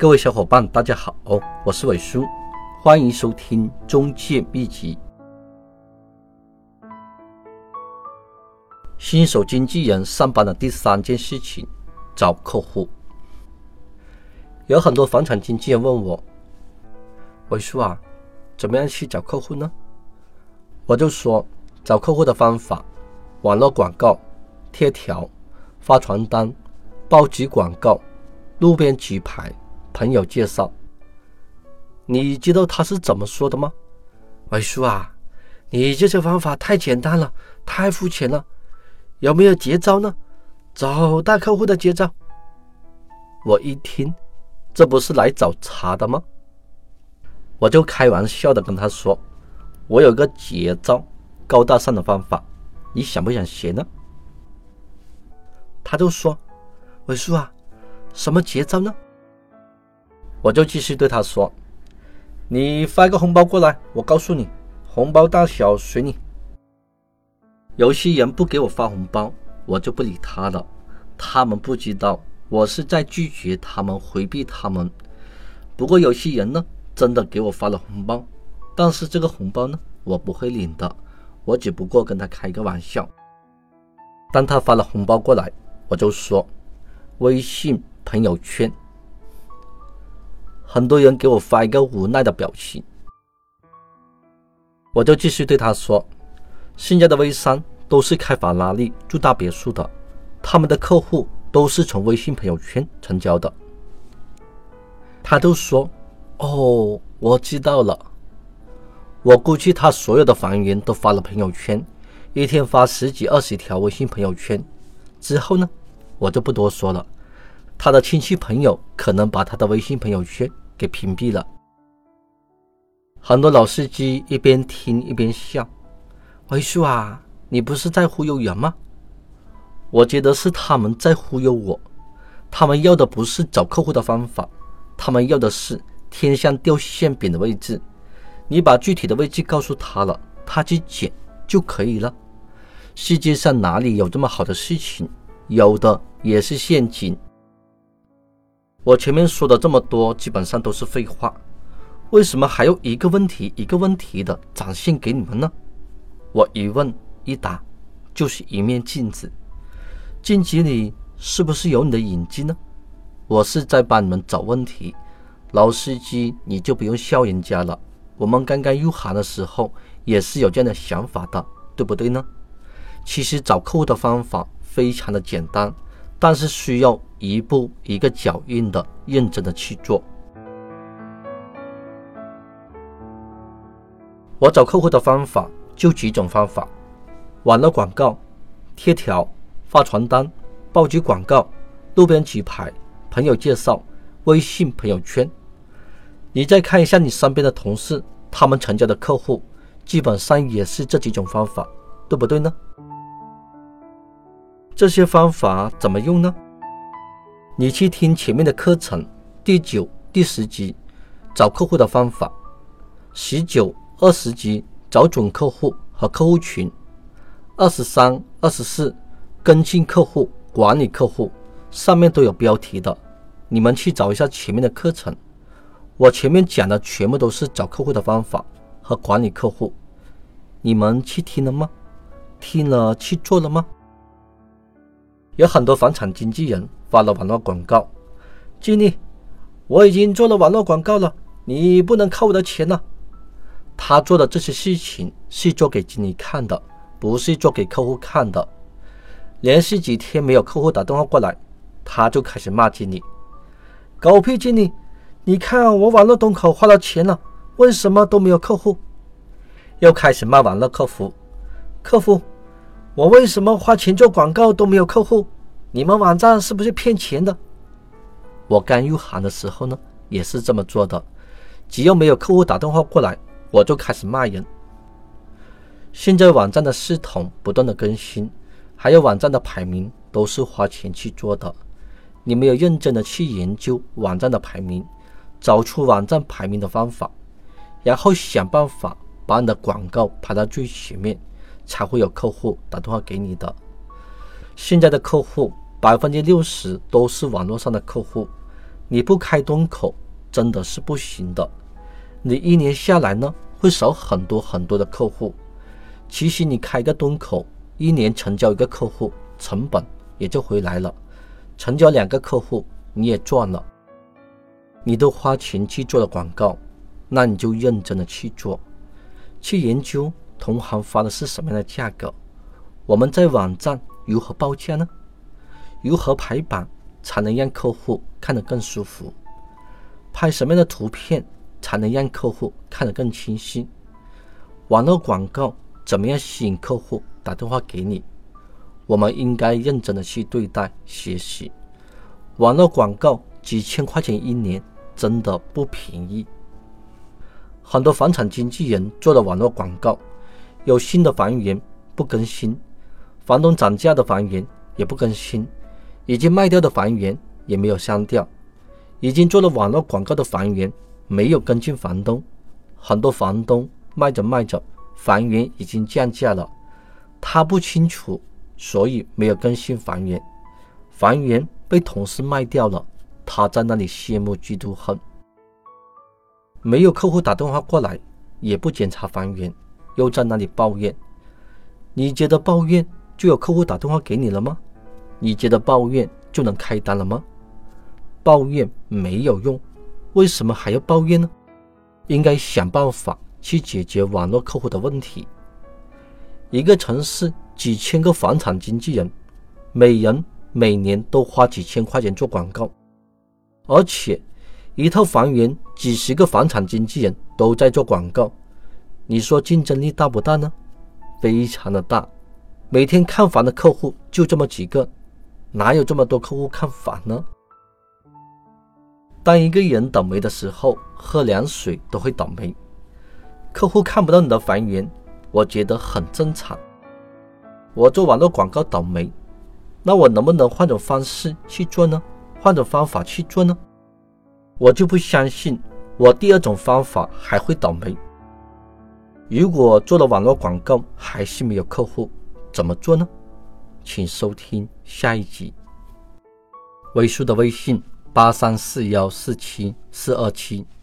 各位小伙伴大家好，我是伟叔，欢迎收听中介秘籍。新手经纪人上班的第3件事情，找客户。有很多房产经纪人问我，伟叔啊，怎么样去找客户呢？我就说，找客户的方法，网络广告、贴条、发传单、报纸广告、路边举牌、朋友介绍。你知道他是怎么说的吗？伟叔啊，你这些方法太简单了，太肤浅了，有没有绝招呢？找大客户的绝招。我一听，这不是来找茬的吗？我就开玩笑的跟他说，我有个绝招，高大上的方法，你想不想学呢？他就说，伟叔啊，什么绝招呢？我就继续对他说，你发个红包过来，我告诉你，红包大小随你。有些人不给我发红包，我就不理他了，他们不知道我是在拒绝他们，回避他们。不过有些人呢，真的给我发了红包，但是这个红包呢，我不会领的，我只不过跟他开个玩笑。当他发了红包过来，我就说微信朋友圈。很多人给我发一个无奈的表情，我就继续对他说，现在的微商都是开法拉利住大别墅的，他们的客户都是从微信朋友圈成交的。他就说，哦，我知道了。我估计他所有的房源都发了朋友圈，一天发10几20条微信朋友圈。之后呢，我就不多说了，他的亲戚朋友可能把他的微信朋友圈给屏蔽了。很多老司机一边听一边笑，伟叔啊，你不是在忽悠人吗？我觉得是他们在忽悠我，他们要的不是找客户的方法，他们要的是天上掉馅饼的位置。你把具体的位置告诉他了，他去捡就可以了。世界上哪里有这么好的事情？有的也是陷阱。我前面说的这么多基本上都是废话，为什么还要一个问题一个问题的展现给你们呢？我一问一答就是一面镜子，镜子里是不是有你的影子呢？我是在帮你们找问题，老司机你就不用笑人家了，我们刚刚入行的时候也是有这样的想法的，对不对呢？其实找客户的方法非常的简单，但是需要一步一个脚印的认真的去做。我找客户的方法就几种方法，网络广告、贴条、发传单、报纸广告、路边举牌、朋友介绍、微信朋友圈。你再看一下你身边的同事，他们成交的客户基本上也是这几种方法，对不对呢？这些方法怎么用呢？你去听前面的课程第9、第10集找客户的方法，19、20集找准客户和客户群，23、24跟进客户、管理客户，上面都有标题的，你们去找一下前面的课程。我前面讲的全部都是找客户的方法和管理客户，你们去听了吗？听了去做了吗？有很多房产经纪人发了网络广告，经理，我已经做了网络广告了，你不能扣我的钱了。他做的这些事情是做给经理看的，不是做给客户看的。连续几天没有客户打电话过来，他就开始骂经理，狗屁经理，你看我网络东口花了钱了，为什么都没有客户？又开始骂网络客服，客服，我为什么花钱做广告都没有客户？你们网站是不是骗钱的？我刚入行的时候呢，也是这么做的，只要没有客户打电话过来，我就开始骂人。现在网站的系统不断的更新，还有网站的排名都是花钱去做的，你没有认真的去研究网站的排名，找出网站排名的方法，然后想办法把你的广告排到最前面，才会有客户打电话给你的。现在的客户60%都是网络上的客户， 你不开端口真的是不行的。你一年下来呢，会少很多很多的客户。其实你开个端口，一年成交一个客户，成本也就回来了，成交2个客户你也赚了。你都花钱去做了广告，那你就认真的去做，去研究同行发的是什么样的价格，我们在网站如何报价呢？如何排版才能让客户看得更舒服？拍什么样的图片才能让客户看得更清晰？网络广告怎么样吸引客户打电话给你？我们应该认真的去对待学习。网络广告几千块钱一年真的不便宜。很多房产经纪人做的网络广告，有新的房源不更新，房东涨价的房源也不更新，已经卖掉的房源也没有删掉，已经做了网络广告的房源没有跟进房东，很多房东卖着卖着房源已经降价了，他不清楚，所以没有更新房源，房源被同事卖掉了，他在那里羡慕嫉妒恨。没有客户打电话过来，也不检查房源，又在那里抱怨。你觉得抱怨就有客户打电话给你了吗？你觉得抱怨就能开单了吗？抱怨没有用，为什么还要抱怨呢？应该想办法去解决网络客户的问题。一个城市几千个房产经纪人，每人每年都花几千块钱做广告，而且一套房源几十个房产经纪人都在做广告，你说竞争力大不大呢？非常的大。每天看房的客户就这么几个，哪有这么多客户看房呢？当一个人倒霉的时候，喝凉水都会倒霉。客户看不到你的房源，我觉得很正常。我做网络广告倒霉，那我能不能换种方式去做呢？换种方法去做呢？我就不相信我第二种方法还会倒霉。如果做了网络广告还是没有客户，怎么做呢？请收听下一集。微叔的微信8341474427